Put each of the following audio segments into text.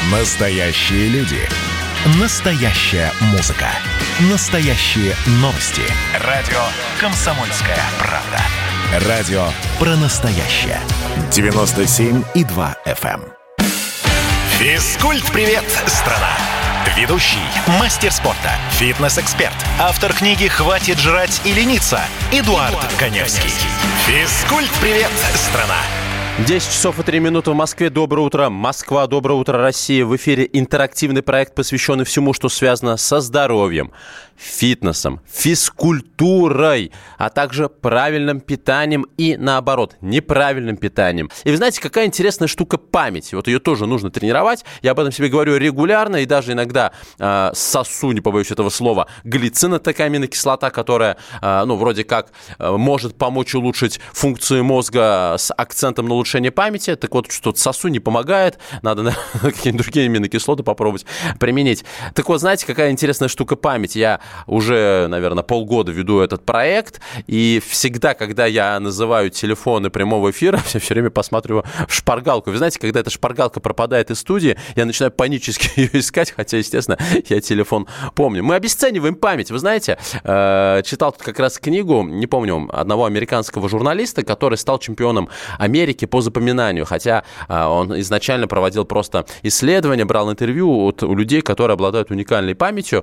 Настоящие люди. Настоящая музыка. Настоящие новости. Радио «Комсомольская правда». Радио про настоящее. 97,2 FM. Физкульт-привет, страна! Ведущий, мастер спорта, фитнес-эксперт, автор книги «Хватит жрать и лениться» Эдуард Коневский. Физкульт-привет, страна! 10 часов и 3 минуты в Москве. Доброе утро, Москва. Доброе утро, Россия. В эфире интерактивный проект, посвященный всему, что связано со здоровьем, фитнесом, физкультурой, а также правильным питанием и, наоборот, неправильным питанием. И вы знаете, какая интересная штука память. Вот ее тоже нужно тренировать. Я об этом себе говорю регулярно и даже иногда сосу, не побоюсь этого слова, глицин, это такая аминокислота, которая, вроде как может помочь улучшить функцию мозга с акцентом на улучшение памяти. Так вот, что-то сосу не помогает. Надо какие-нибудь другие аминокислоты попробовать применить. Так вот, знаете, какая интересная штука память. Я уже, наверное, полгода веду этот проект, и всегда, когда я называю телефоны прямого эфира, я все время посматриваю в шпаргалку. Вы знаете, когда эта шпаргалка пропадает из студии, я начинаю панически ее искать, хотя, естественно, я телефон помню. Мы обесцениваем память. Вы знаете, читал тут как раз книгу, не помню, одного американского журналиста, который стал чемпионом Америки по запоминанию, хотя он изначально проводил просто исследования, брал интервью у людей, которые обладают уникальной памятью,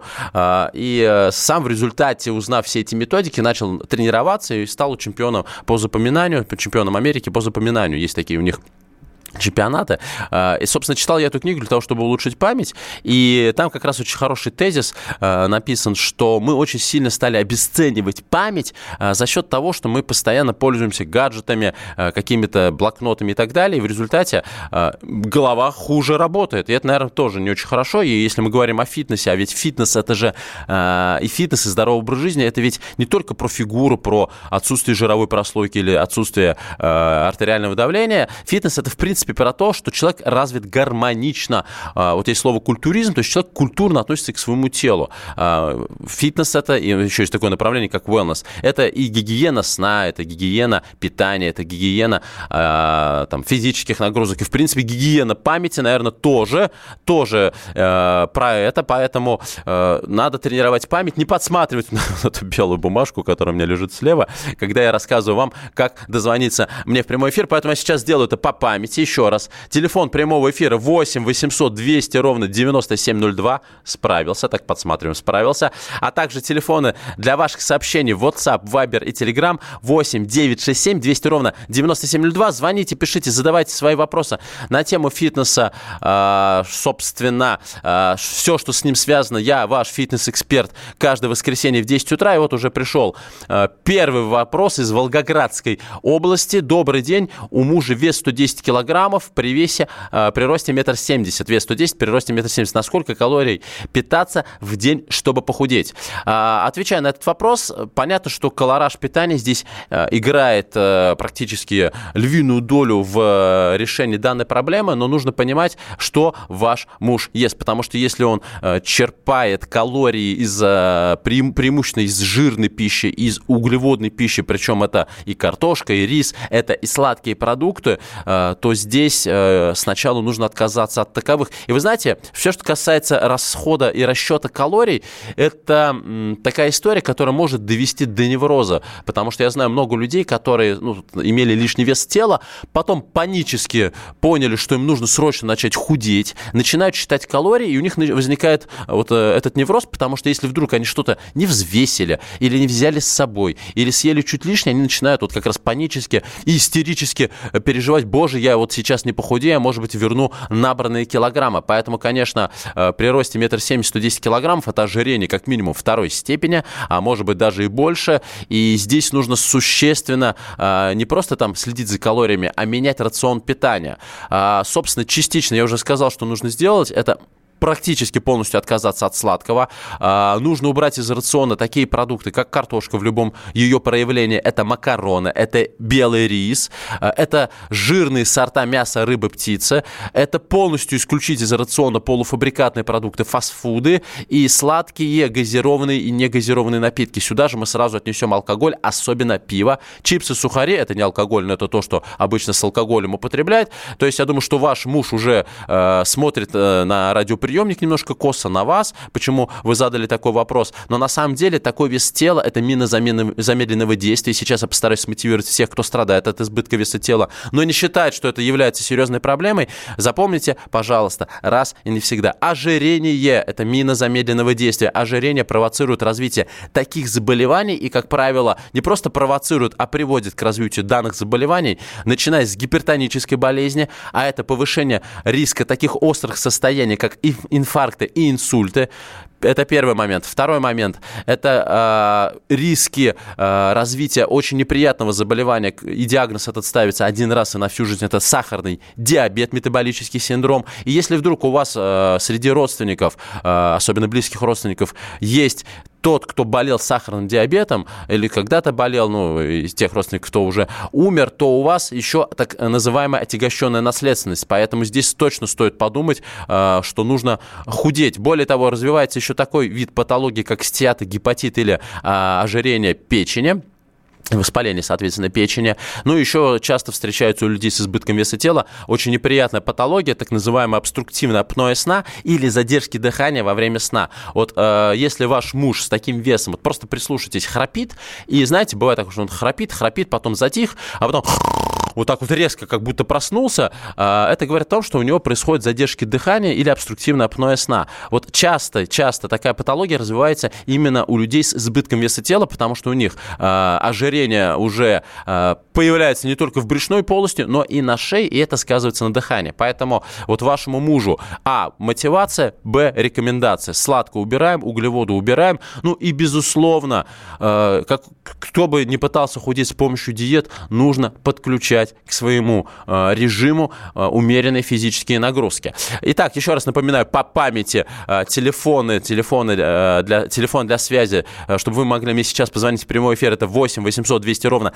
и сам в результате, узнав все эти методики, начал тренироваться и стал чемпионом по запоминанию, чемпионом Америки по запоминанию. Есть такие у них чемпионаты. И, собственно, читал я эту книгу для того, чтобы улучшить память. И там как раз очень хороший тезис написан, что мы очень сильно стали обесценивать память за счет того, что мы постоянно пользуемся гаджетами, какими-то блокнотами и так далее. И в результате голова хуже работает. И это, наверное, тоже не очень хорошо. И если мы говорим о фитнесе, а ведь фитнес — это же и фитнес, и здоровый образ жизни, это ведь не только про фигуру, про отсутствие жировой прослойки или отсутствие артериального давления. Фитнес — это, в принципе, про то, что человек развит гармонично. Вот есть слово культуризм, то есть человек культурно относится к своему телу. Фитнес — это, и еще есть такое направление, как wellness. Это и гигиена сна, это гигиена питания, это гигиена физических нагрузок. И, в принципе, гигиена памяти, наверное, тоже про это. Поэтому надо тренировать память, не подсматривать на эту белую бумажку, которая у меня лежит слева, когда я рассказываю вам, как дозвониться мне в прямой эфир. Поэтому я сейчас сделаю это по памяти. Еще раз. Телефон прямого эфира 8 800 200 ровно 9702. Справился. Так, подсматриваем. Справился. А также телефоны для ваших сообщений в WhatsApp, Viber и Telegram 8 967 200 ровно 9702. Звоните, пишите, задавайте свои вопросы на тему фитнеса. Собственно, все, что с ним связано. Я ваш фитнес-эксперт каждое воскресенье в 10 утра. И вот уже пришел первый вопрос из Волгоградской области. Добрый день. У мужа вес 110 килограммов при росте 1,70 м. Вес 110, при росте 1,70 м. На сколько калорий питаться в день, чтобы похудеть? Отвечая на этот вопрос, понятно, что колораж питания здесь играет практически львиную долю в решении данной проблемы, но нужно понимать, что ваш муж ест, потому что если он черпает калории преимущественно из жирной пищи, из углеводной пищи, причем это и картошка, и рис, это и сладкие продукты, то здесь сначала нужно отказаться от таковых. И вы знаете, все, что касается расхода и расчета калорий, это такая история, которая может довести до невроза. Потому что я знаю много людей, которые имели лишний вес тела, потом панически поняли, что им нужно срочно начать худеть, начинают считать калории, и у них возникает вот этот невроз, потому что если вдруг они что-то не взвесили, или не взяли с собой, или съели чуть лишнее, они начинают вот как раз панически и истерически переживать: боже, я вот сейчас не похудею, а может быть верну набранные килограммы. Поэтому, конечно, при росте 1,70 м 110 килограммов это ожирение как минимум второй степени, а может быть даже и больше. И здесь нужно существенно не просто там следить за калориями, а менять рацион питания. Собственно, частично я уже сказал, что нужно сделать. Это практически полностью отказаться от сладкого. Нужно убрать из рациона такие продукты, как картошка в любом ее проявлении. Это макароны, это белый рис, это жирные сорта мяса, рыбы, птицы. Это полностью исключить из рациона полуфабрикатные продукты, фастфуды и сладкие, газированные и негазированные напитки. Сюда же мы сразу отнесем алкоголь, особенно пиво. Чипсы, сухари – это не алкоголь, но это то, что обычно с алкоголем употребляют. То есть я думаю, что ваш муж уже смотрит на радиоприемник немножко косо на вас, почему вы задали такой вопрос. Но на самом деле такой вес тела – это мина замедленного действия. Сейчас я постараюсь смотивировать всех, кто страдает от избытка веса тела, но не считает, что это является серьезной проблемой. Запомните, пожалуйста, раз и не всегда. Ожирение – это мина замедленного действия. Ожирение провоцирует развитие таких заболеваний и, как правило, не просто провоцирует, а приводит к развитию данных заболеваний, начиная с гипертонической болезни, а это повышение риска таких острых состояний, как инфаркты и инсульты. Это первый момент. Второй момент – это риски развития очень неприятного заболевания. И диагноз этот ставится один раз и на всю жизнь. Это сахарный диабет, метаболический синдром. И если вдруг у вас среди родственников, особенно близких родственников, есть тот, кто болел сахарным диабетом или когда-то болел, из тех родственников, кто уже умер, то у вас еще так называемая отягощенная наследственность. Поэтому здесь точно стоит подумать, что нужно худеть. Более того, развивается еще такой вид патологии, как стеатогепатит или ожирение печени. Воспаление, соответственно, печени. Еще часто встречаются у людей с избытком веса тела очень неприятная патология, так называемая обструктивная апноэ сна или задержки дыхания во время сна. Если ваш муж с таким весом, просто прислушайтесь, храпит, и, знаете, бывает так, что он храпит, потом затих, а потом вот так вот резко, как будто проснулся, это говорит о том, что у него происходят задержки дыхания или обструктивная апноэ сна. Часто такая патология развивается именно у людей с избытком веса тела, потому что у них ожирение уже появляется не только в брюшной полости, но и на шее, и это сказывается на дыхании. Поэтому вашему мужу мотивация, рекомендация. Сладко убираем, углеводы убираем. И, безусловно, кто бы ни пытался худеть с помощью диет, нужно подключать к своему режиму умеренные физические нагрузки. Итак, еще раз напоминаю, по памяти телефон для связи, чтобы вы могли мне сейчас позвонить в прямой эфир, это 8 800 200 ровно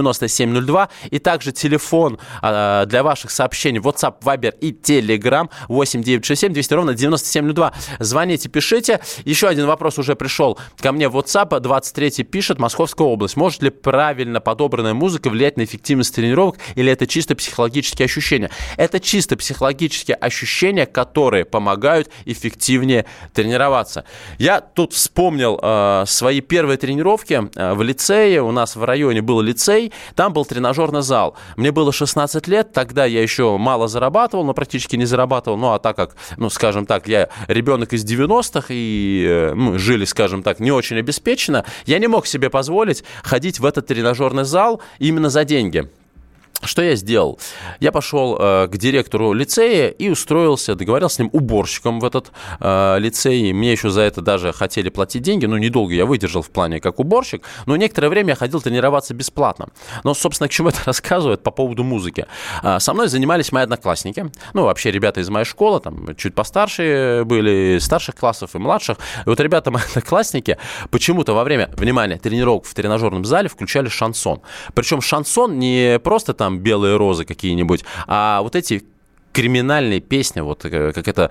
9702. И также телефон для ваших сообщений WhatsApp, Viber и Telegram 8 967 200 ровно 9702. Звоните, пишите. Еще один вопрос уже пришел ко мне в WhatsApp. 23-й пишет: Московская область. Может ли правильно подобранная музыка влиять на эффективность тренировок, или это чисто психологические ощущения? Это чисто психологические ощущения, которые помогают эффективнее тренироваться. Я тут вспомнил свои первые тренировки в лицее. У нас в районе был лицей, там был тренажерный зал. Мне было 16 лет, тогда я еще мало зарабатывал, но практически не зарабатывал. А так как, скажем так, я ребенок из 90-х, и мы жили, скажем так, не очень обеспеченно, я не мог себе позволить ходить в этот тренажерный зал именно за деньги. Что я сделал? Я пошел к директору лицея и договорился с ним уборщиком в этот лицей. Мне еще за это даже хотели платить деньги, недолго я выдержал в плане как уборщик, но некоторое время я ходил тренироваться бесплатно. Но, собственно, к чему это рассказывает по поводу музыки? Со мной занимались мои одноклассники, вообще ребята из моей школы, там чуть постарше были, старших классов и младших. И ребята, мои одноклассники, почему-то во время, внимания, тренировок в тренажерном зале включали шансон. Причем шансон не просто там белые розы какие-нибудь, а эти криминальные песни, как это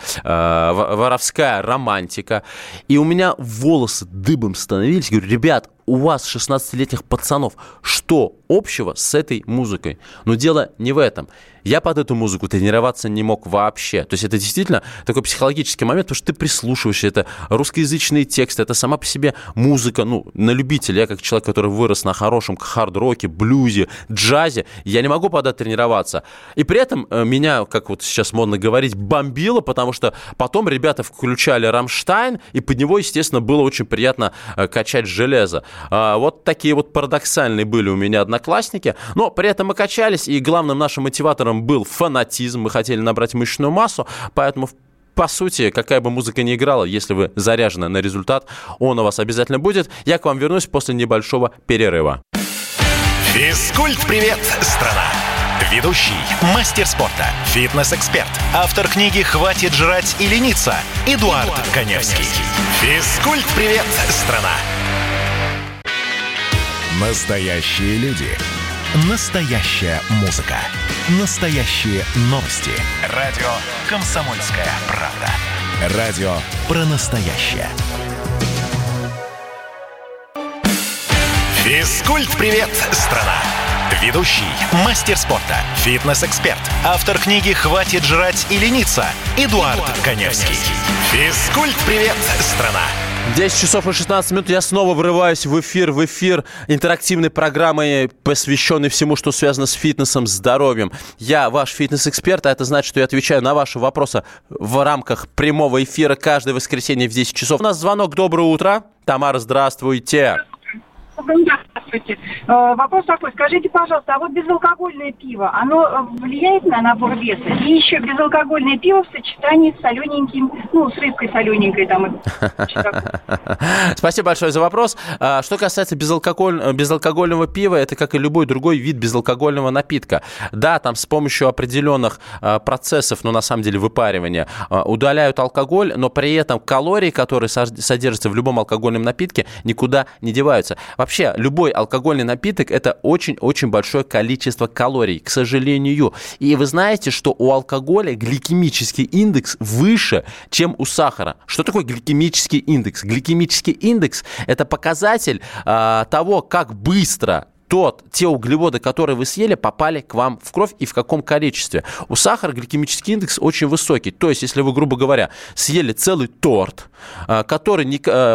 воровская романтика. И у меня волосы дыбом становились. Говорю: ребят, у вас, 16-летних пацанов, что общего с этой музыкой? Но дело не в этом. Я под эту музыку тренироваться не мог вообще. То есть это действительно такой психологический момент, потому что ты прислушиваешься, это русскоязычные тексты, это сама по себе музыка, на любителя. Я как человек, который вырос на хорошем хард-роке, блюзе, джазе, я не могу под это тренироваться. И при этом меня, как сейчас модно говорить, бомбило, потому что потом ребята включали «Рамштайн», и под него, естественно, было очень приятно качать железо. Такие парадоксальные были у меня одноклассники, но при этом мы качались, и главным нашим мотиватором был фанатизм, мы хотели набрать мышечную массу, поэтому по сути, какая бы музыка ни играла, если вы заряжены на результат, он у вас обязательно будет. Я к вам вернусь после небольшого перерыва. Физкульт-привет, страна! Ведущий, мастер спорта, фитнес-эксперт, автор книги «Хватит жрать и лениться» Эдуард Коневский. Физкульт-привет, страна! Настоящие люди. Настоящая музыка. Настоящие новости. Радио «Комсомольская правда». Радио про настоящее. Физкульт-привет, страна! Ведущий, мастер спорта, фитнес-эксперт, автор книги «Хватит жрать и лениться» Эдуард Коневский. Физкульт-привет, страна! 10 часов и 16 минут. Я снова врываюсь в эфир интерактивной программы, посвященной всему, что связано с фитнесом, здоровьем. Я ваш фитнес-эксперт, а это значит, что я отвечаю на ваши вопросы в рамках прямого эфира каждое воскресенье в 10 часов. У нас звонок. Доброе утро. Тамара, здравствуйте. Здравствуйте. Вопрос такой. Скажите, пожалуйста, а вот безалкогольное пиво, оно влияет на набор веса? И еще безалкогольное пиво в сочетании с солененьким, с рыбкой солененькой там. Спасибо большое за вопрос. Что касается безалкогольного пива, это как и любой другой вид безалкогольного напитка. Да, там с помощью определенных процессов, на самом деле выпаривания, удаляют алкоголь, но при этом калории, которые содержатся в любом алкогольном напитке, никуда не деваются. Вообще, любой алкогольный напиток – это очень-очень большое количество калорий, к сожалению. И вы знаете, что у алкоголя гликемический индекс выше, чем у сахара. Что такое гликемический индекс? Гликемический индекс – это показатель того, как быстро те углеводы, которые вы съели, попали к вам в кровь и в каком количестве. У сахара гликемический индекс очень высокий. То есть, если вы, грубо говоря, съели целый торт, который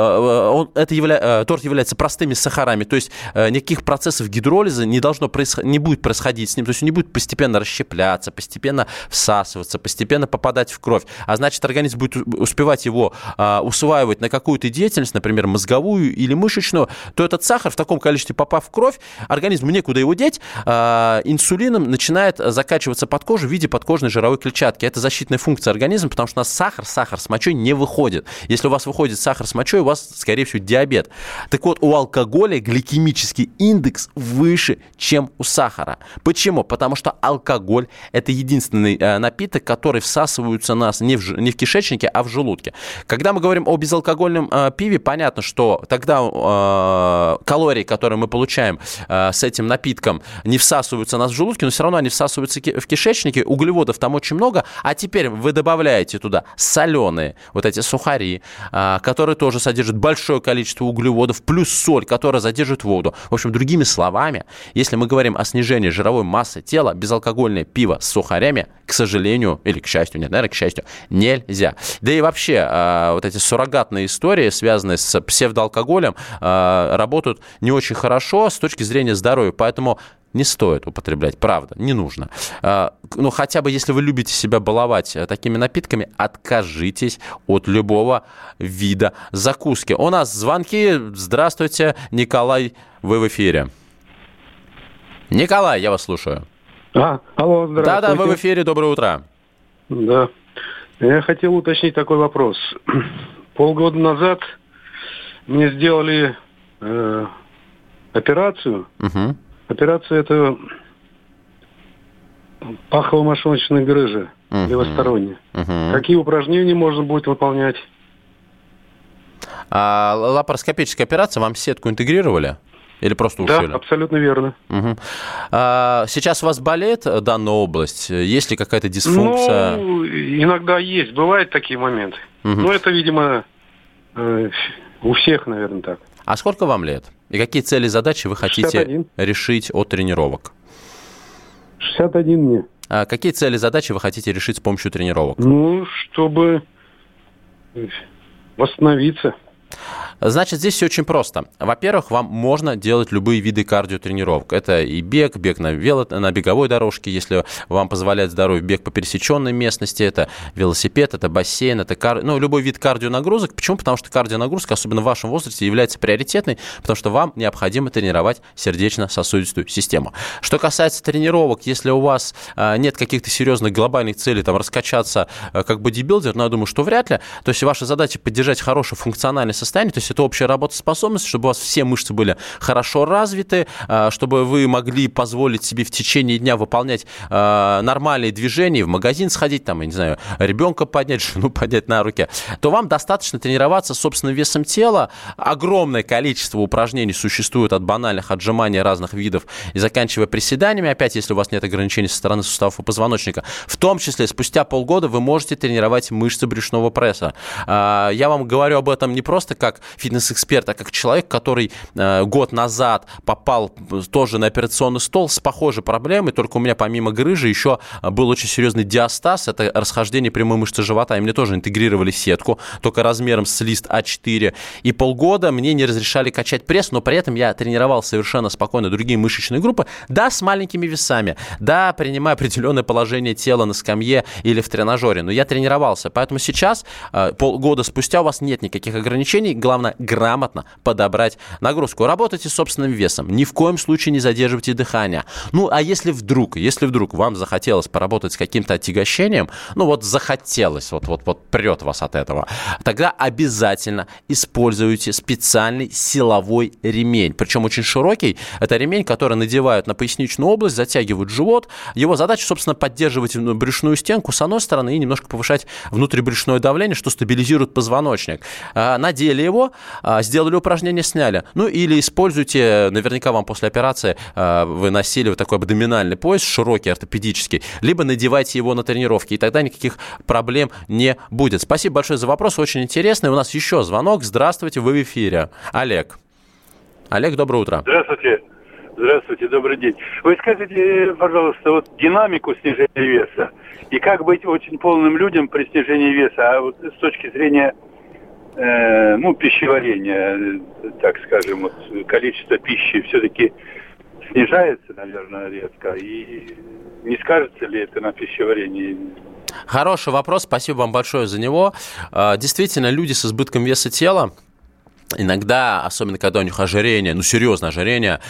торт является простыми сахарами, то есть никаких процессов гидролиза не будет происходить с ним, то есть он не будет постепенно расщепляться, постепенно всасываться, постепенно попадать в кровь. А значит, организм будет успевать его усваивать на какую-то деятельность, например, мозговую или мышечную, то этот сахар в таком количестве, попав в кровь, организму некуда его деть, инсулином начинает закачиваться под кожу в виде подкожной жировой клетчатки. Это защитная функция организма, потому что у нас сахар с мочой не выходит. Если у вас выходит сахар с мочой, у вас, скорее всего, диабет. Так вот, у алкоголя гликемический индекс выше, чем у сахара. Почему? Потому что алкоголь – это единственный напиток, который всасывается у нас не в кишечнике, а в желудке. Когда мы говорим о безалкогольном пиве, понятно, что тогда калории, которые мы получаем с этим напитком, не всасываются у нас в желудке, но все равно они всасываются в кишечнике, углеводов там очень много, а теперь вы добавляете туда соленые, вот эти сухари, которые тоже содержат большое количество углеводов, плюс соль, которая задерживает воду. В общем, другими словами, если мы говорим о снижении жировой массы тела, безалкогольное пиво с сухарями, к сожалению, или к счастью, нет, наверное, к счастью, нельзя. Да и вообще, вот эти суррогатные истории, связанные с псевдоалкоголем, работают не очень хорошо с точки зрения здоровья, поэтому не стоит употреблять, правда, не нужно. Ну, хотя бы, если вы любите себя баловать такими напитками, откажитесь от любого вида закуски. У нас звонки. Здравствуйте, Николай, вы в эфире. Николай, я вас слушаю. Алло, здравствуйте. Да, вы в эфире, доброе утро. Да, я хотел уточнить такой вопрос. Полгода назад мне сделали операцию. Угу. Операция – это пахово-мошоночная грыжа, левосторонняя. Какие упражнения можно будет выполнять? Лапароскопическая операция, вам сетку интегрировали? Или просто ушили? Да, абсолютно верно. Угу. Сейчас у вас болит данная область? Есть ли какая-то дисфункция? Ну, иногда есть. Бывают такие моменты. Угу. Но это, видимо, у всех, наверное, так. А сколько вам лет? И какие цели и задачи вы хотите 61. решить от тренировок? 61 мне. А какие цели и задачи вы хотите решить с помощью тренировок? Ну, чтобы восстановиться. Значит, здесь все очень просто. Во-первых, вам можно делать любые виды кардиотренировок. Это и бег на беговой дорожке, если вам позволяет здоровье, бег по пересеченной местности, это велосипед, это бассейн, это любой вид кардионагрузок. Почему? Потому что кардионагрузка, особенно в вашем возрасте, является приоритетной, потому что вам необходимо тренировать сердечно-сосудистую систему. Что касается тренировок, если у вас нет каких-то серьезных глобальных целей, там, раскачаться как бодибилдер, но я думаю, что вряд ли. То есть ваша задача поддержать хорошее функциональное состояние, то есть есть это общая работоспособность, чтобы у вас все мышцы были хорошо развиты, чтобы вы могли позволить себе в течение дня выполнять нормальные движения, в магазин сходить, там, я не знаю, ребенка поднять, жену поднять на руки, то вам достаточно тренироваться собственным весом тела. Огромное количество упражнений существует от банальных отжиманий разных видов и заканчивая приседаниями, опять, если у вас нет ограничений со стороны суставов и позвоночника. В том числе спустя полгода вы можете тренировать мышцы брюшного пресса. Я вам говорю об этом не просто как фитнес-эксперт, а как человек, который год назад попал тоже на операционный стол с похожей проблемой, только у меня помимо грыжи еще был очень серьезный диастаз, это расхождение прямой мышцы живота, и мне тоже интегрировали сетку, только размером с лист А4, и полгода мне не разрешали качать пресс, но при этом я тренировал совершенно спокойно другие мышечные группы, да, с маленькими весами, да, принимая определенное положение тела на скамье или в тренажере, но я тренировался, поэтому сейчас, полгода спустя, у вас нет никаких ограничений, главное грамотно подобрать нагрузку. Работайте с собственным весом, ни в коем случае не задерживайте дыхание. Ну, а если вдруг вам захотелось поработать с каким-то отягощением, ну вот захотелось, вот прет вас от этого, тогда обязательно используйте специальный силовой ремень, причем очень широкий. Это ремень, который надевают на поясничную область, затягивают живот. Его задача, собственно, поддерживать брюшную стенку с одной стороны и немножко повышать внутрибрюшное давление, что стабилизирует позвоночник. Надели его, сделали упражнение, сняли. Ну или используйте, наверняка вам после операции вы носили вот такой абдоминальный пояс, широкий, ортопедический, либо надевайте его на тренировки, и тогда никаких проблем не будет. Спасибо большое за вопрос, очень интересный. У нас еще звонок. Здравствуйте, вы в эфире. Олег, доброе утро. Здравствуйте, добрый день. Вы скажите, пожалуйста, вот динамику снижения веса и как быть очень полным людям при снижении веса, а вот с точки зрения пищеварения, так скажем, вот количество пищи все-таки снижается, наверное, резко, и не скажется ли это на пищеварении? Хороший вопрос, спасибо вам большое за него. Действительно, люди с избытком веса тела, иногда, особенно когда у них ожирение, серьезное ожирение,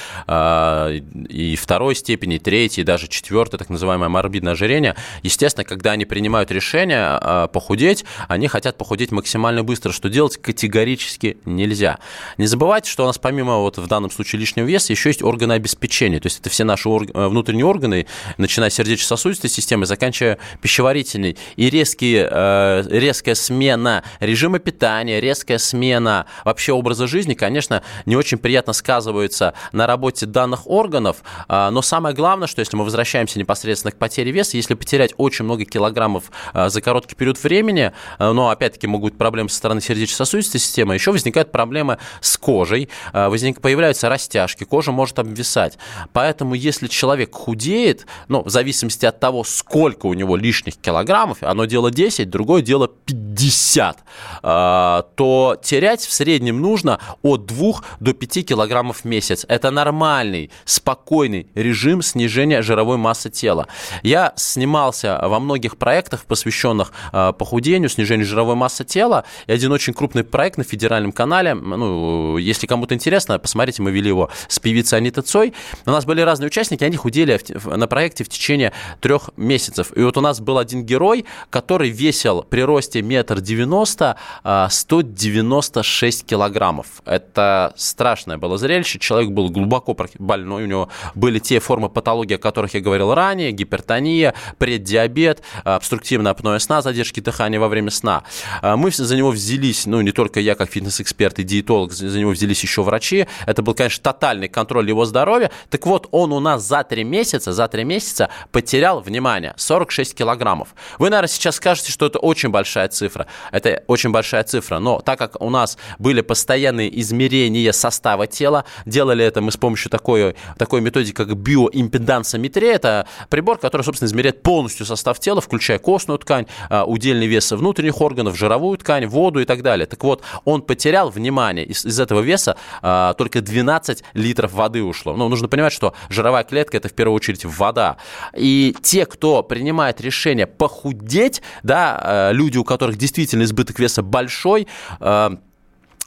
и второй степени, и третьей, и даже четвертой, так называемое морбидное ожирение, естественно, когда они принимают решение похудеть, они хотят похудеть максимально быстро, что делать категорически нельзя. Не забывайте, что у нас помимо вот в данном случае лишнего веса еще есть органы обеспечения, то есть это все наши внутренние органы, начиная с сердечно-сосудистой системы, заканчивая пищеварительной, и резкая смена режима питания, резкая смена вообще образа жизни, конечно, не очень приятно сказывается на работе данных органов, но самое главное, что если мы возвращаемся непосредственно к потере веса, если потерять очень много килограммов за короткий период времени, но опять-таки могут быть проблемы со стороны сердечно-сосудистой системы, еще возникают проблемы с кожей, появляются растяжки, кожа может обвисать. Поэтому если человек худеет, в зависимости от того, сколько у него лишних килограммов, одно дело 10, другое дело 50, то терять в среднем нужно от 2 до 5 килограммов в месяц. Это нормальный, спокойный режим снижения жировой массы тела. Я снимался во многих проектах, посвященных похудению, снижению жировой массы тела. И один очень крупный проект на федеральном канале, если кому-то интересно, посмотрите, мы вели его с певицей Анитой Цой. У нас были разные участники, они худели на проекте в течение 3 месяцев. И вот у нас был один герой, который весил при росте 1,90 м 196 килограммов. Это страшное было зрелище. Человек был глубоко больной, у него были те формы патологии, о которых я говорил ранее: гипертония, преддиабет, обструктивная апноэ сна, задержки дыхания во время сна. Мы за него взялись, не только я как фитнес-эксперт и диетолог, за него взялись еще врачи. Это был, конечно, тотальный контроль его здоровья. Так вот, он у нас за 3 месяца потерял, внимание, 46 килограммов. Вы, наверное, сейчас скажете, что это очень большая цифра. Это очень большая цифра, но так как у нас были постоянные измерения состава тела. Делали это мы с помощью такой методики, как биоимпедансометрия. Это прибор, который, собственно, измеряет полностью состав тела, включая костную ткань, удельный вес внутренних органов, жировую ткань, воду и так далее. Так вот, он потерял, внимание, из этого веса только 12 литров воды ушло. Нужно понимать, что жировая клетка – это в первую очередь вода. И те, кто принимает решение похудеть, люди, у которых действительно избыток веса большой,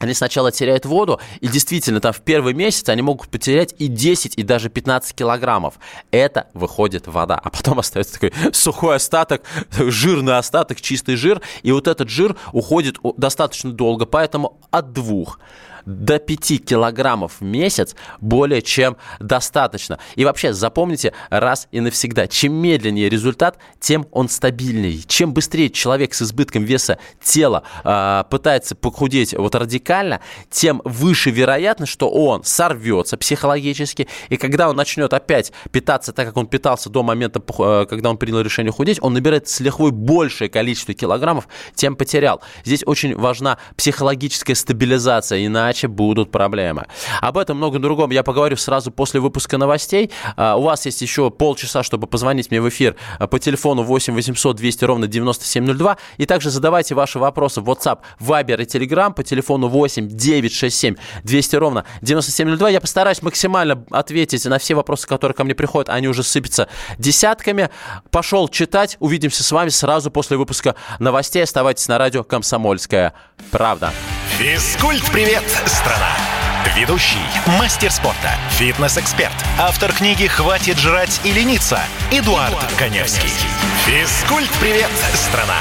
они сначала теряют воду, и действительно там в первый месяц они могут потерять и 10, и даже 15 килограммов. Это выходит вода. А потом остается такой сухой остаток, жирный остаток, чистый жир. И вот этот жир уходит достаточно долго, поэтому от 2 до 5 килограммов в месяц более чем достаточно. И вообще запомните раз и навсегда, чем медленнее результат, тем он стабильнее. Чем быстрее человек с избытком веса тела пытается похудеть вот радикально, тем выше вероятность, что он сорвется психологически, и когда он начнет опять питаться так, как он питался до момента, когда он принял решение худеть, он набирает с лихвой большее количество килограммов, тем потерял. Здесь очень важна психологическая стабилизация, иначе будут проблемы. Об этом много другом я поговорю сразу после выпуска новостей. У вас есть еще полчаса, чтобы позвонить мне в эфир по телефону 8 800 200 ровно 9702. И также задавайте ваши вопросы в WhatsApp, Viber и Telegram по телефону 8 967 200 ровно 9702. Я постараюсь максимально ответить на все вопросы, которые ко мне приходят. Они уже сыпятся десятками. Пошел читать. Увидимся с вами сразу после выпуска новостей. Оставайтесь на радио «Комсомольская правда». Физкульт-привет, страна! Ведущий, мастер спорта, фитнес-эксперт, автор книги «Хватит жрать и лениться» Эдуард Коневский. Физкульт-привет, страна!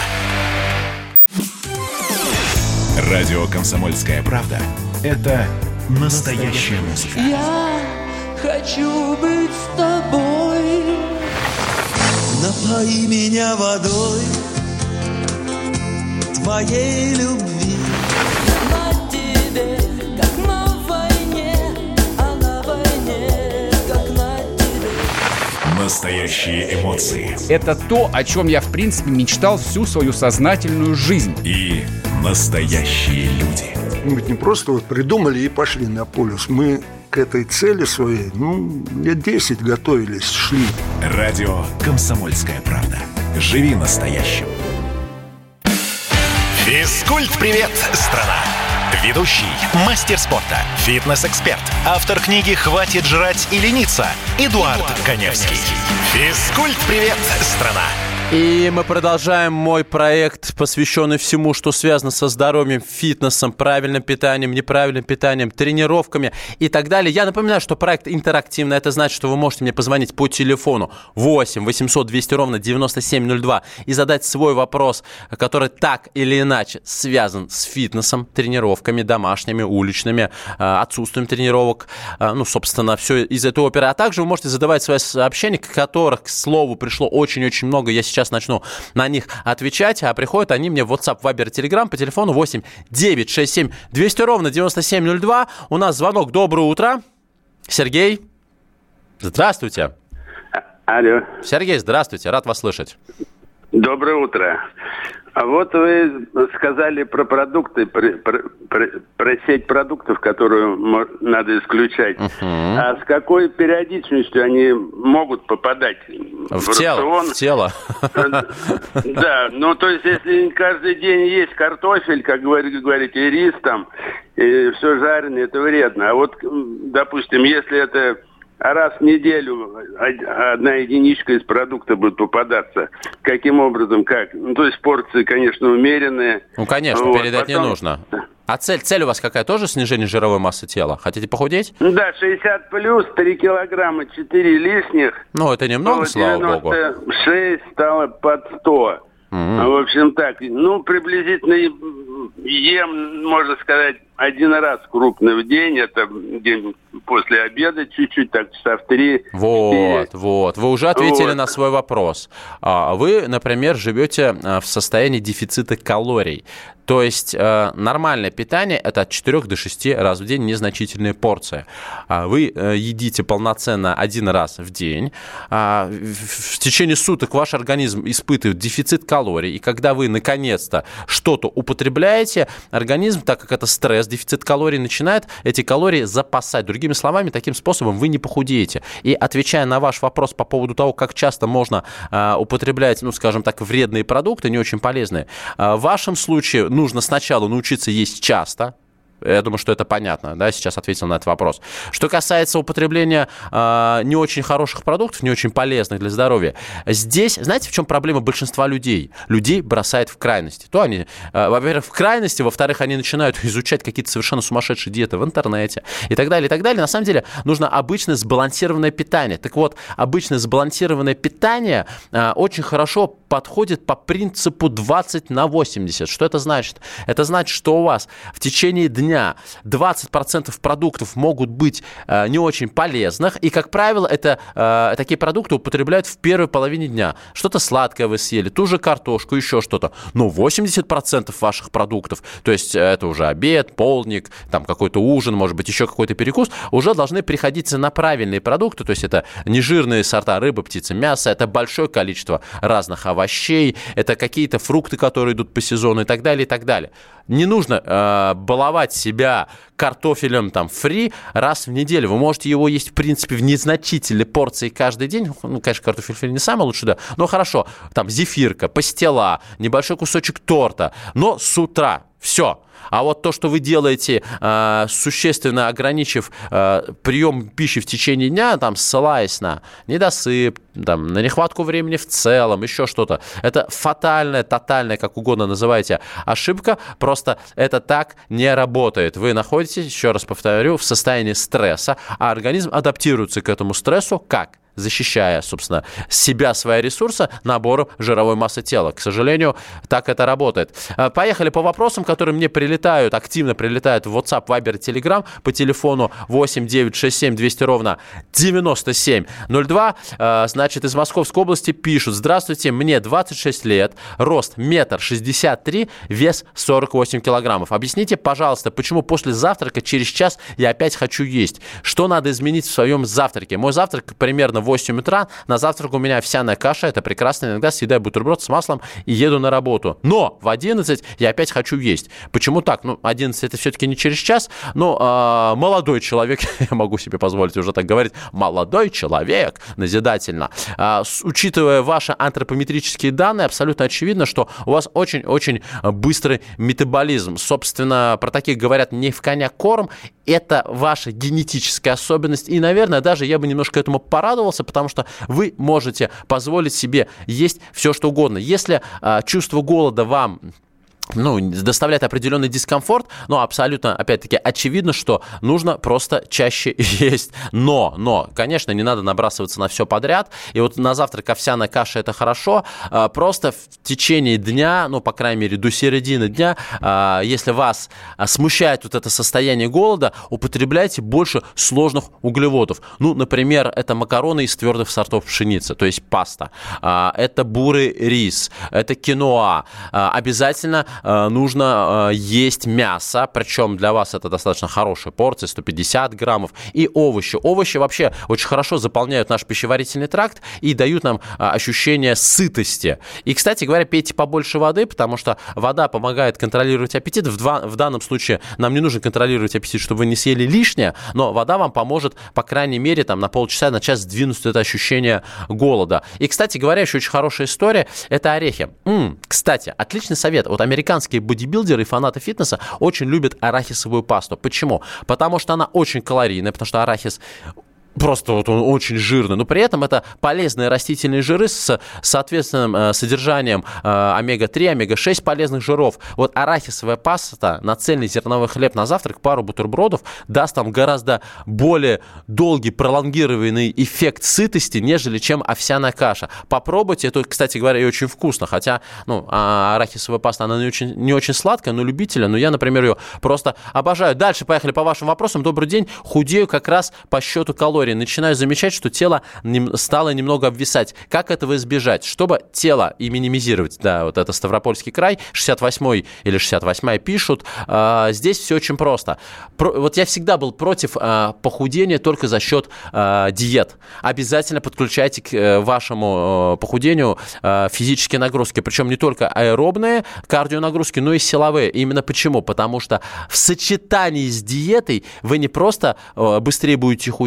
Радио «Комсомольская правда» — это настоящая музыка. Я хочу быть с тобой. Напои меня водой твоей любви. Настоящие эмоции. Это то, о чем я, в принципе, мечтал всю свою сознательную жизнь. И настоящие люди. Мы ведь не просто вот придумали и пошли на полюс. Мы к этой цели своей, лет 10 готовились, шли. Радио «Комсомольская правда». Живи настоящим. Физкульт-привет, страна! Ведущий, мастер спорта, фитнес-эксперт, автор книги «Хватит жрать и лениться» Эдуард Коневский. Физкульт-привет, страна! И мы продолжаем мой проект, посвященный всему, что связано со здоровьем, фитнесом, правильным питанием, неправильным питанием, тренировками и так далее. Я напоминаю, что проект интерактивный. Это значит, что вы можете мне позвонить по телефону 8 800 200 ровно 9702 и задать свой вопрос, который так или иначе связан с фитнесом, тренировками домашними, уличными, отсутствием тренировок. Собственно, все из этой оперы. А также вы можете задавать свои сообщения, которых, к слову, пришло очень-очень много. Я сейчас начну на них отвечать, а приходят они мне в WhatsApp, Viber и Telegram по телефону 8 967 200 ровно 9702. У нас звонок. Доброе утро. Сергей. Здравствуйте. Алло. Сергей, здравствуйте. Рад вас слышать. Доброе утро. А вот вы сказали про продукты, про сеть продуктов, которую надо исключать. А с какой периодичностью они могут попадать в рацион? В тело. Да, то есть если каждый день есть картофель, как говорите, и рис там, и все жареное, это вредно. А вот, допустим, если это раз в неделю одна единичка из продукта будет попадаться. Каким образом, как? То есть порции, конечно, умеренные. Конечно, передать не нужно. А цель у вас какая? Тоже снижение жировой массы тела? Хотите похудеть? Да, 60 плюс, 3 килограмма, 4 лишних. Это немного, слава богу. 6 стало под 100. В общем так, приблизительно ем, можно сказать, один раз крупно в день, это день после обеда, чуть-чуть, так, часа в 3. Вот. Вы уже ответили на свой вопрос. Вы, например, живете в состоянии дефицита калорий. То есть нормальное питание – это от 4 до 6 раз в день незначительные порции. Вы едите полноценно один раз в день. В течение суток ваш организм испытывает дефицит калорий. И когда вы, наконец-то, что-то употребляете, организм, так как это стресс, дефицит калорий, начинает эти калории запасать. Другими словами, таким способом вы не похудеете. И отвечая на ваш вопрос по поводу того, как часто можно употреблять, скажем так, вредные продукты, не очень полезные, в вашем случае нужно сначала научиться есть часто, Я думаю, что это понятно, да, сейчас ответил на этот вопрос. Что касается употребления не очень хороших продуктов, не очень полезных для здоровья, здесь, знаете, в чем проблема большинства людей? Людей бросает в крайности. То они, во-первых, в крайности, во-вторых, они начинают изучать какие-то совершенно сумасшедшие диеты в интернете и так далее, и так далее. На самом деле нужно обычное сбалансированное питание. Так вот, обычное сбалансированное питание очень хорошо подходит по принципу 20/80. Что это значит? Это значит, что у вас в течение дня 20% продуктов могут быть не очень полезных, и, как правило, это такие продукты употребляют в первой половине дня. Что-то сладкое вы съели, ту же картошку, еще что-то. Но 80% ваших продуктов, то есть это уже обед, полдник, там какой-то ужин, может быть, еще какой-то перекус, уже должны приходиться на правильные продукты, то есть это нежирные сорта рыбы, птицы, мяса, это большое количество разных овощей, это какие-то фрукты, которые идут по сезону и так далее, и так далее. Не нужно баловать себя картофелем там фри раз в неделю. Вы можете его есть, в принципе, в незначительной порции каждый день. Ну, конечно, картофель фри не самый лучший, да. Но хорошо, там зефирка, пастила, небольшой кусочек торта. Но с утра все. А вот то, что вы делаете, существенно ограничив прием пищи в течение дня, там, ссылаясь на недосып, там, на нехватку времени в целом, еще что-то, это фатальная, тотальная, как угодно называйте, ошибка. Просто это так не работает. Вы находитесь, еще раз повторю, в состоянии стресса, а организм адаптируется к этому стрессу как? Защищая, собственно, себя, свои ресурсы набором жировой массы тела. К сожалению, так это работает. Поехали по вопросам, которые мне прилетают, активно прилетают в WhatsApp, Viber, Telegram по телефону 8 967 200 ровно 9702. Значит, из Московской области пишут: здравствуйте, мне 26 лет, рост 1,63 м, вес 48 килограммов. Объясните, пожалуйста, почему после завтрака через час я опять хочу есть? Что надо изменить в своем завтраке? Мой завтрак примерно в 8 утра, на завтрак у меня овсяная каша, это прекрасно, иногда съедаю бутерброд с маслом и еду на работу. Но в 11 я опять хочу есть. Почему так? 11 это все-таки не через час, но молодой человек, я могу себе позволить уже так говорить, молодой человек, назидательно. Учитывая ваши антропометрические данные, абсолютно очевидно, что у вас очень-очень быстрый метаболизм. Собственно, про таких говорят не в коня корм, это ваша генетическая особенность, и, наверное, даже я бы немножко этому порадовался, потому что вы можете позволить себе есть все, что угодно. Если чувство голода вам доставляет определенный дискомфорт, но абсолютно, опять-таки, очевидно, что нужно просто чаще есть. Но, конечно, не надо набрасываться на все подряд. И вот на завтрак овсяная каша – это хорошо. Просто в течение дня, по крайней мере, до середины дня, если вас смущает вот это состояние голода, употребляйте больше сложных углеводов. Например, это макароны из твердых сортов пшеницы, то есть паста. Это бурый рис, это киноа. Обязательно нужно есть мясо, причем для вас это достаточно хорошая порция, 150 граммов, и овощи. Овощи вообще очень хорошо заполняют наш пищеварительный тракт и дают нам ощущение сытости. И, кстати говоря, пейте побольше воды, потому что вода помогает контролировать аппетит. В данном случае нам не нужно контролировать аппетит, чтобы вы не съели лишнее, но вода вам поможет, по крайней мере, на полчаса, на час сдвинуть это ощущение голода. И, кстати говоря, еще очень хорошая история – это орехи. Кстати, отличный совет. Вот американские бодибилдеры и фанаты фитнеса очень любят арахисовую пасту. Почему? Потому что она очень калорийная, потому что арахис просто он очень жирный, но при этом это полезные растительные жиры с соответственным содержанием омега-3, омега-6 полезных жиров. Вот арахисовая паста на цельный зерновой хлеб на завтрак, пару бутербродов даст вам гораздо более долгий, пролонгированный эффект сытости, нежели чем овсяная каша. Попробуйте, это, кстати говоря, и очень вкусно, хотя арахисовая паста, она не очень сладкая, но любителя, но я, например, ее просто обожаю. Дальше поехали по вашим вопросам. Добрый день, худею как раз по счету калорий. Начинаю замечать, что тело стало немного обвисать. Как этого избежать? Чтобы тело и минимизировать, вот это Ставропольский край, 68-й или 68-я пишут, здесь все очень просто. Вот я всегда был против похудения только за счет диет. Обязательно подключайте к вашему похудению физические нагрузки, причем не только аэробные кардионагрузки, но и силовые. Именно почему? Потому что в сочетании с диетой вы не просто быстрее будете худеть, вы не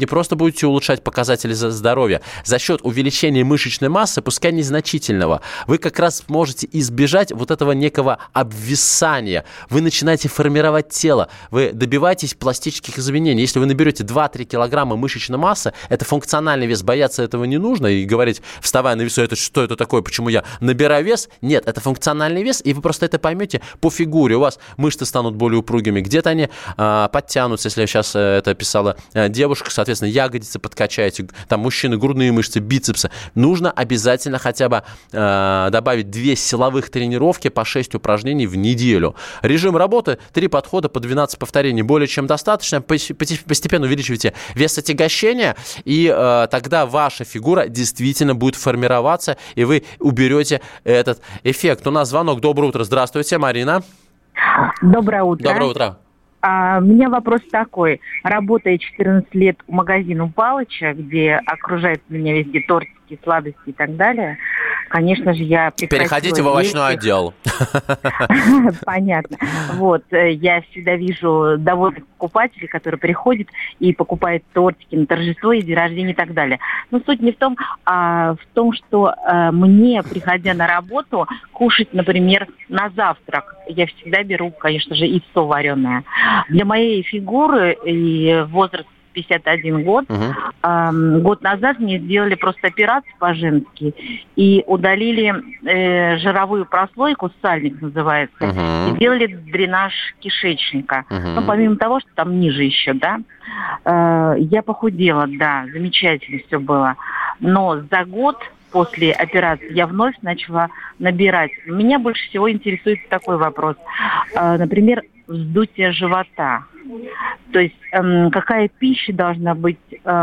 просто будете улучшать показатели здоровья. За счет увеличения мышечной массы, пускай незначительного, вы как раз можете избежать вот этого некого обвисания. Вы начинаете формировать тело, вы добиваетесь пластических изменений. Если вы наберете 2-3 килограмма мышечной массы, это функциональный вес, бояться этого не нужно и говорить, вставая на весу, это что это такое, почему я набираю вес? Нет, это функциональный вес, и вы просто это поймете по фигуре. У вас мышцы станут более упругими, где-то они подтянутся, если сейчас это писала девушка, соответственно, ягодицы подкачаете, там мужчины, грудные мышцы, бицепсы. Нужно обязательно хотя бы добавить 2 силовых тренировки по 6 упражнений в неделю. Режим работы 3 подхода по 12 повторений более чем достаточно. Постепенно увеличивайте вес отягощения, и тогда ваша фигура действительно будет формироваться, и вы уберете этот эффект. У нас звонок. Доброе утро. Здравствуйте, Марина. Доброе утро. Доброе утро. У меня вопрос такой. Работая 14 лет в магазине у Палыча, где окружают меня везде тортики, сладости и так далее, конечно же, я прекратила... Переходите в овощной отдел. Понятно. Вот. Я всегда вижу довольных покупателей, которые приходят и покупают тортики на торжество и день рождения и так далее. Но суть не в том, а в том, что мне, приходя на работу, кушать, например, на завтрак, я всегда беру, конечно же, яйцо вареное. Для моей фигуры и возраста 51 год. Год назад мне сделали просто операцию по-женски и удалили жировую прослойку, сальник называется, и сделали дренаж кишечника. Ну, помимо того, что там ниже еще, да. Я похудела, да, замечательно все было. Но за год после операции я вновь начала набирать. Меня больше всего интересует такой вопрос. Например, вздутие живота. То есть какая пища должна быть,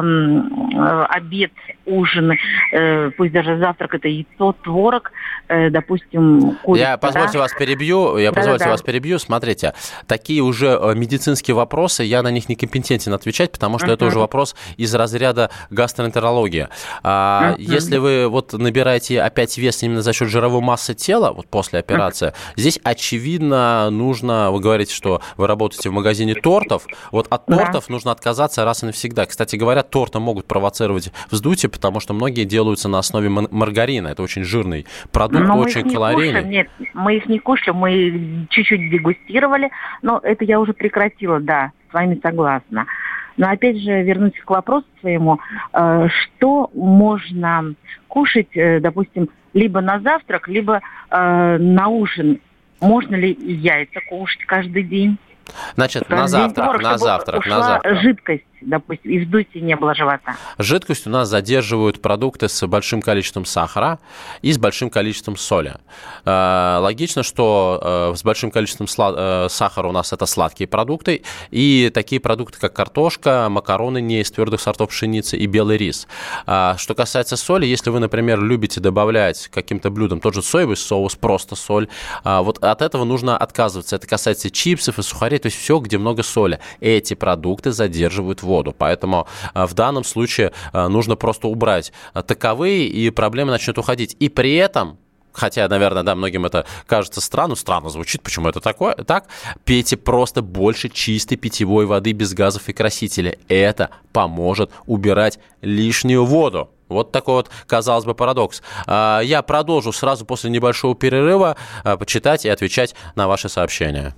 обед, ужин, пусть даже завтрак, это яйцо, творог, допустим, курица. Позвольте вас перебью. Смотрите, такие уже медицинские вопросы, я на них не компетентен отвечать, потому что это уже вопрос из разряда гастроэнтерологии. Если вы вот набираете опять вес именно за счет жировой массы тела, вот после операции, здесь очевидно нужно, вы говорите, что вы работаете в магазине тортов, вот от тортов нужно отказаться раз и навсегда. Кстати говоря, торты могут провоцировать вздутие, потому что многие делаются на основе маргарина. Это очень жирный продукт, очень калорийный. Нет, мы их не кушаем, мы чуть-чуть дегустировали, но это я уже прекратила, да, с вами согласна. Но опять же, вернусь к вопросу своему, что можно кушать, допустим, либо на завтрак, либо на ужин? Можно ли яйца кушать каждый день? Значит, на завтрак. Жидкость, допустим, и вздутия не было живота. Жидкость у нас задерживают продукты с большим количеством сахара и с большим количеством соли. Логично, что с большим количеством сахара у нас это сладкие продукты, и такие продукты, как картошка, макароны не из твердых сортов пшеницы и белый рис. Что касается соли, если вы, например, любите добавлять к каким-то блюдам тот же соевый соус, просто соль, вот от этого нужно отказываться. Это касается чипсов и сухарей, то есть все, где много соли. Эти продукты задерживают воду, поэтому в данном случае нужно просто убрать таковые, и проблемы начнут уходить. И при этом, хотя, наверное, да, многим это кажется странно звучит, почему это такое, так, пейте просто больше чистой питьевой воды без газов и красителей. Это поможет убирать лишнюю воду. Вот такой вот, казалось бы, парадокс. Я продолжу сразу после небольшого перерыва почитать и отвечать на ваши сообщения.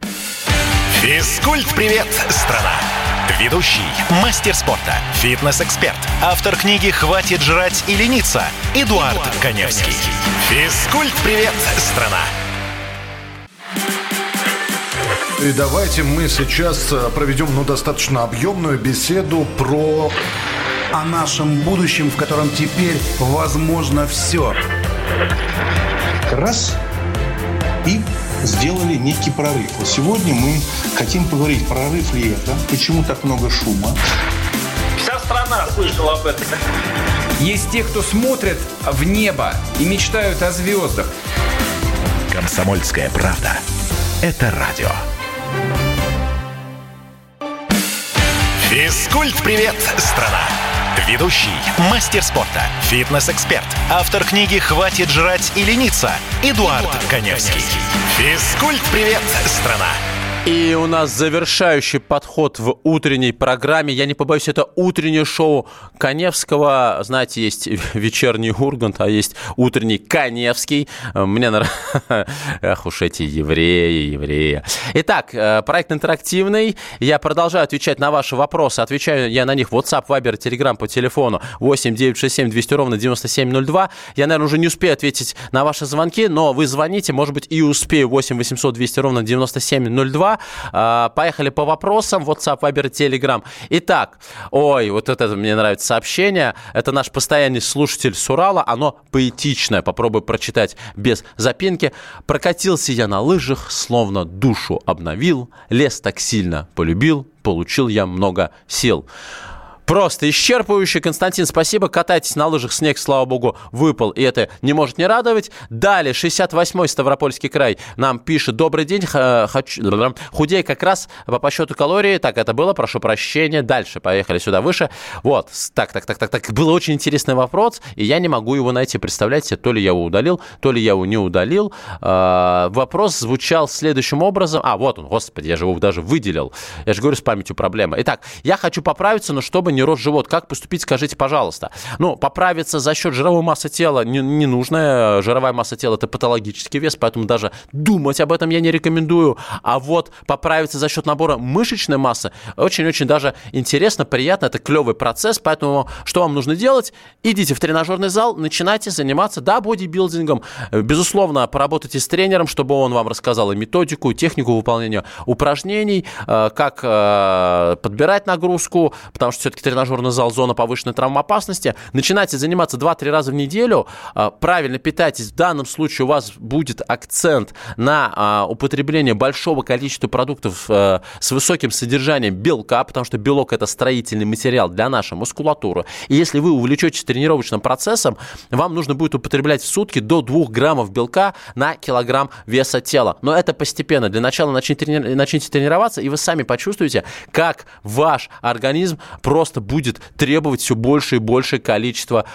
Физкульт-привет, страна! Ведущий, мастер спорта, фитнес-эксперт, автор книги «Хватит жрать и лениться» Эдуард Коневский. Физкульт-привет, страна! И давайте мы сейчас проведем достаточно объемную беседу о нашем будущем, в котором теперь возможно все. Раз и сделали некий прорыв. Вот сегодня мы хотим поговорить, прорыв ли это, почему так много шума. Вся страна слышала об этом. Есть те, кто смотрит в небо и мечтают о звездах. Комсомольская правда. Это радио. Физкульт-привет, страна! Ведущий, мастер спорта, фитнес-эксперт, автор книги «Хватит жрать и лениться» Эдуард Коневский. Физкульт-привет, страна! И у нас завершающий подход в утренней программе. Я не побоюсь, это утреннее шоу Каневского. Знаете, есть вечерний Ургант, а есть утренний Каневский. Мне нравится... Ах уж эти евреи. Итак, проект интерактивный. Я продолжаю отвечать на ваши вопросы. Отвечаю я на них в WhatsApp, Viber, Telegram по телефону 8 967 200 ровно 9702. Я, наверное, уже не успею ответить на ваши звонки, но вы звоните, может быть, и успею. 8 800 200 ровно 9702. Поехали по вопросам. WhatsApp, Viber, Telegram. Итак, вот это мне нравится сообщение. Это наш постоянный слушатель с Урала. Оно поэтичное. Попробую прочитать без запинки. Прокатился я на лыжах, словно душу обновил. Лес так сильно полюбил. Получил я много сил. Просто исчерпывающе. Константин, спасибо. Катайтесь на лыжах. Снег, слава богу, выпал. И это не может не радовать. Далее, 68-й Ставропольский край нам пишет. Добрый день. Худей как раз по подсчету калорий. Так, это было. Прошу прощения. Дальше. Поехали сюда выше. Вот. Так. Был очень интересный вопрос. И я не могу его найти. Представляете, то ли я его удалил, то ли я его не удалил. Вопрос звучал следующим образом. Вот он. Господи, я же его даже выделил. Я же говорю, с памятью проблема. Итак, я хочу поправиться, но чтобы не рос живот. Как поступить, скажите, пожалуйста. Поправиться за счет жировой массы тела не нужно. Жировая масса тела – это патологический вес, поэтому даже думать об этом я не рекомендую. А вот поправиться за счет набора мышечной массы очень-очень даже интересно, приятно. Это клевый процесс, поэтому что вам нужно делать? Идите в тренажерный зал, начинайте заниматься, бодибилдингом. Безусловно, поработайте с тренером, чтобы он вам рассказал и методику, и технику выполнения упражнений, как подбирать нагрузку, потому что все-таки тренажерный зал, зона повышенной травмоопасности. Начинайте заниматься 2-3 раза в неделю. Правильно питайтесь. В данном случае у вас будет акцент на употребление большого количества продуктов с высоким содержанием белка, потому что белок – это строительный материал для нашей мускулатуры. И если вы увлечетесь тренировочным процессом, вам нужно будет употреблять в сутки до 2 граммов белка на килограмм веса тела. Но это постепенно. Для начала начните тренироваться, и вы сами почувствуете, как ваш организм просто будет требовать все больше и больше количества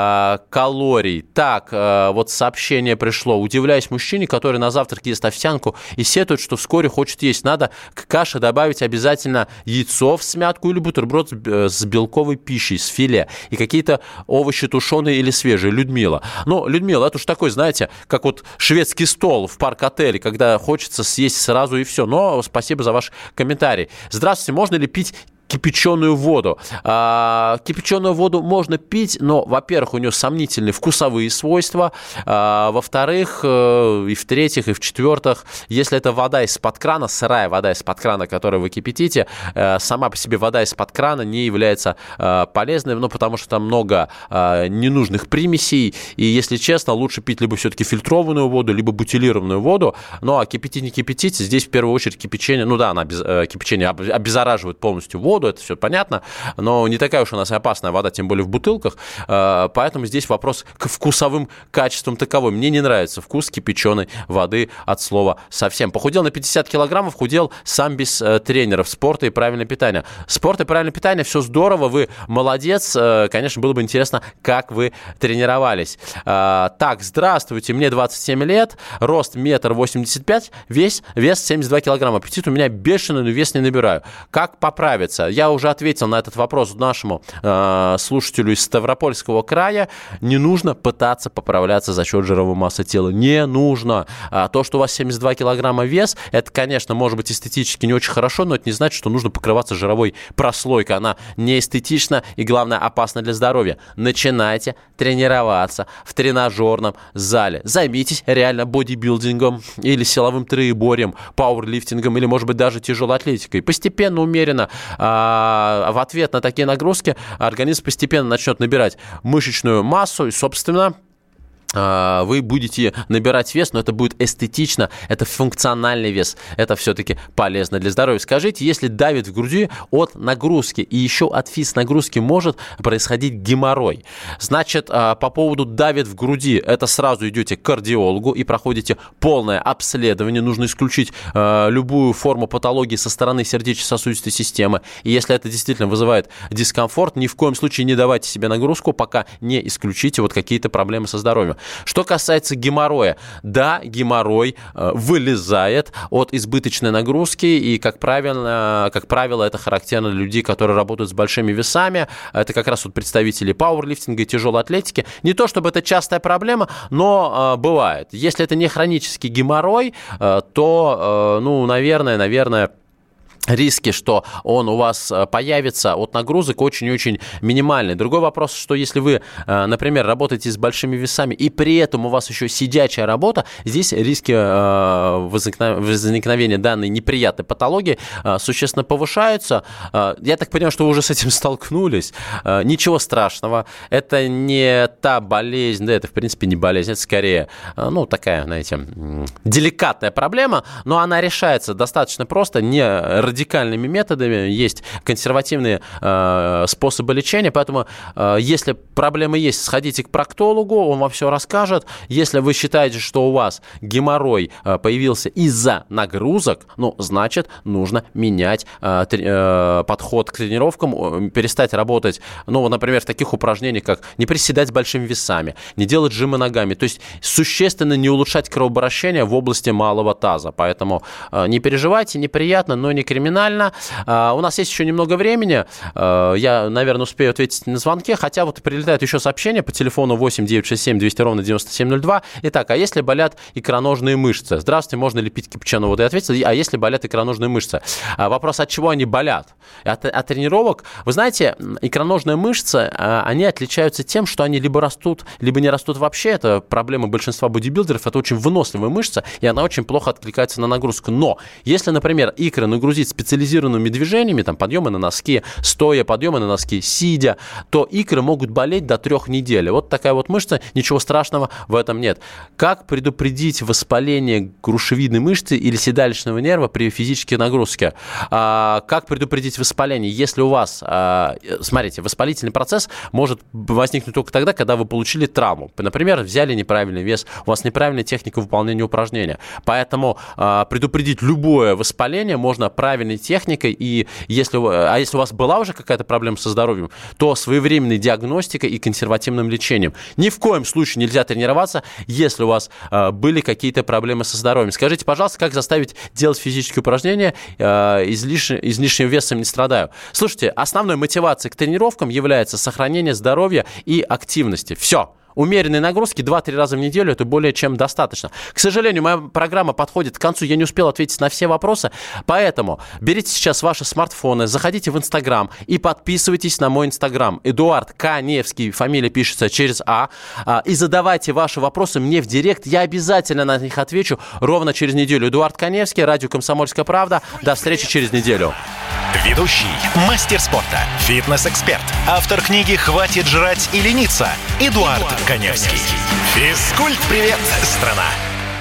калорий. Так, вот сообщение пришло. Удивляюсь мужчине, который на завтрак ест овсянку и сетует, что вскоре хочет есть. Надо к каше добавить обязательно яйцо в смятку или бутерброд с белковой пищей, с филе. И какие-то овощи тушеные или свежие. Людмила. Людмила, это уж такой, знаете, как вот шведский стол в парк-отеле, когда хочется съесть сразу и все. Но спасибо за ваш комментарий. Здравствуйте, можно ли пить кипяченую воду? Кипяченую воду можно пить, но, во-первых, у нее сомнительные вкусовые свойства, во-вторых, и в-третьих, и в-четвертых, если это вода из-под крана, сырая вода из-под крана, которую вы кипятите, сама по себе вода из-под крана не является полезной, потому что там много ненужных примесей, и, если честно, лучше пить либо все-таки фильтрованную воду, либо бутилированную воду, а кипятить не кипятите, здесь в первую очередь кипячение, кипячение обеззараживает полностью воду, это все понятно, но не такая уж у нас и опасная вода, тем более в бутылках, поэтому здесь вопрос к вкусовым качествам таковой. Мне не нравится вкус кипяченой воды от слова совсем. Похудел на 50 килограммов, худел сам без тренеров. Спорта и правильное питание. Спорт и правильное питание, все здорово, вы молодец. Конечно, было бы интересно, как вы тренировались. Так, здравствуйте, мне 27 лет, рост 1,85 м, вес 72 килограмма. Аппетит у меня бешеный, но вес не набираю. Как поправиться? Я уже ответил на этот вопрос нашему слушателю из Ставропольского края. Не нужно пытаться поправляться за счет жировой массы тела. Не нужно. То, что у вас 72 килограмма вес, это, конечно, может быть эстетически не очень хорошо, но это не значит, что нужно покрываться жировой прослойкой. Она не эстетична и, главное, опасна для здоровья. Начинайте тренироваться в тренажерном зале. Займитесь реально бодибилдингом или силовым троеборьем, пауэрлифтингом или, может быть, даже тяжелой атлетикой. Постепенно, умеренно. В ответ на такие нагрузки организм постепенно начнет набирать мышечную массу и, собственно, вы будете набирать вес, но это будет эстетично, это функциональный вес, это все-таки полезно для здоровья. Скажите, если давит в груди от нагрузки и еще от физ-нагрузки может происходить геморрой, значит, по поводу давит в груди, это сразу идете к кардиологу и проходите полное обследование, нужно исключить любую форму патологии со стороны сердечно-сосудистой системы, и если это действительно вызывает дискомфорт, ни в коем случае не давайте себе нагрузку, пока не исключите вот какие-то проблемы со здоровьем. Что касается геморроя. Да, геморрой вылезает от избыточной нагрузки, и, как правило, это характерно для людей, которые работают с большими весами. Это как раз вот представители пауэрлифтинга и тяжелой атлетики. Не то чтобы это частая проблема, но бывает. Если это не хронический геморрой, то, наверное, риски, что он у вас появится от нагрузок, очень-очень минимальные. Другой вопрос, что если вы, например, работаете с большими весами, и при этом у вас еще сидячая работа, здесь риски возникновения данной неприятной патологии существенно повышаются. Я так понимаю, что вы уже с этим столкнулись. Ничего страшного. Это не та болезнь, да, это, в принципе, не болезнь, это скорее, такая, знаете, деликатная проблема, но она решается достаточно просто, не радикальными методами, есть консервативные способы лечения, поэтому если проблемы есть, сходите к проктологу, он вам все расскажет. Если вы считаете, что у вас геморрой появился из-за нагрузок, значит, нужно менять подход к тренировкам, перестать работать, например, в таких упражнениях, как не приседать с большими весами, не делать жимы ногами, то есть существенно не улучшать кровообращение в области малого таза. Поэтому не переживайте, неприятно, но не криминально. У нас есть еще немного времени. Я, наверное, успею ответить на звонки, хотя вот прилетают еще сообщения по телефону 8 967 200 ровно 9702. Итак, а если болят икроножные мышцы? Здравствуйте, можно ли пить капучино? Вот я ответил. А если болят икроножные мышцы? Вопрос, от чего они болят? От тренировок? Вы знаете, икроножные мышцы, они отличаются тем, что они либо растут, либо не растут вообще. Это проблема большинства бодибилдеров. Это очень выносливая мышца, и она очень плохо откликается на нагрузку. Но если, например, икры нагрузить специализированными движениями, там подъемы на носки, стоя, подъемы на носки, сидя, то икры могут болеть до 3 недель. Вот такая вот мышца, ничего страшного в этом нет. Как предупредить воспаление грушевидной мышцы или седалищного нерва при физической нагрузке? Как предупредить воспаление? Если у вас, смотрите, воспалительный процесс может возникнуть только тогда, когда вы получили травму. Например, взяли неправильный вес, у вас неправильная техника выполнения упражнения. Поэтому предупредить любое воспаление можно правильной техникой, и если у вас была уже какая-то проблема со здоровьем, то своевременной диагностикой и консервативным лечением. Ни в коем случае нельзя тренироваться, если у вас были какие-то проблемы со здоровьем. Скажите, пожалуйста, как заставить делать физические упражнения, излишним весом не страдаю? Слушайте, основной мотивацией к тренировкам является сохранение здоровья и активности. Все. Умеренные нагрузки 2-3 раза в неделю – это более чем достаточно. К сожалению, моя программа подходит к концу, я не успел ответить на все вопросы, поэтому берите сейчас ваши смартфоны, заходите в Инстаграм и подписывайтесь на мой Инстаграм. Эдуард Каневский, фамилия пишется через А, и задавайте ваши вопросы мне в директ, я обязательно на них отвечу ровно через неделю. Эдуард Каневский, радио «Комсомольская правда». До встречи через неделю. Ведущий, мастер спорта, фитнес-эксперт, автор книги «Хватит жрать и лениться» Эдуард Каневский. Физкульт-привет, страна!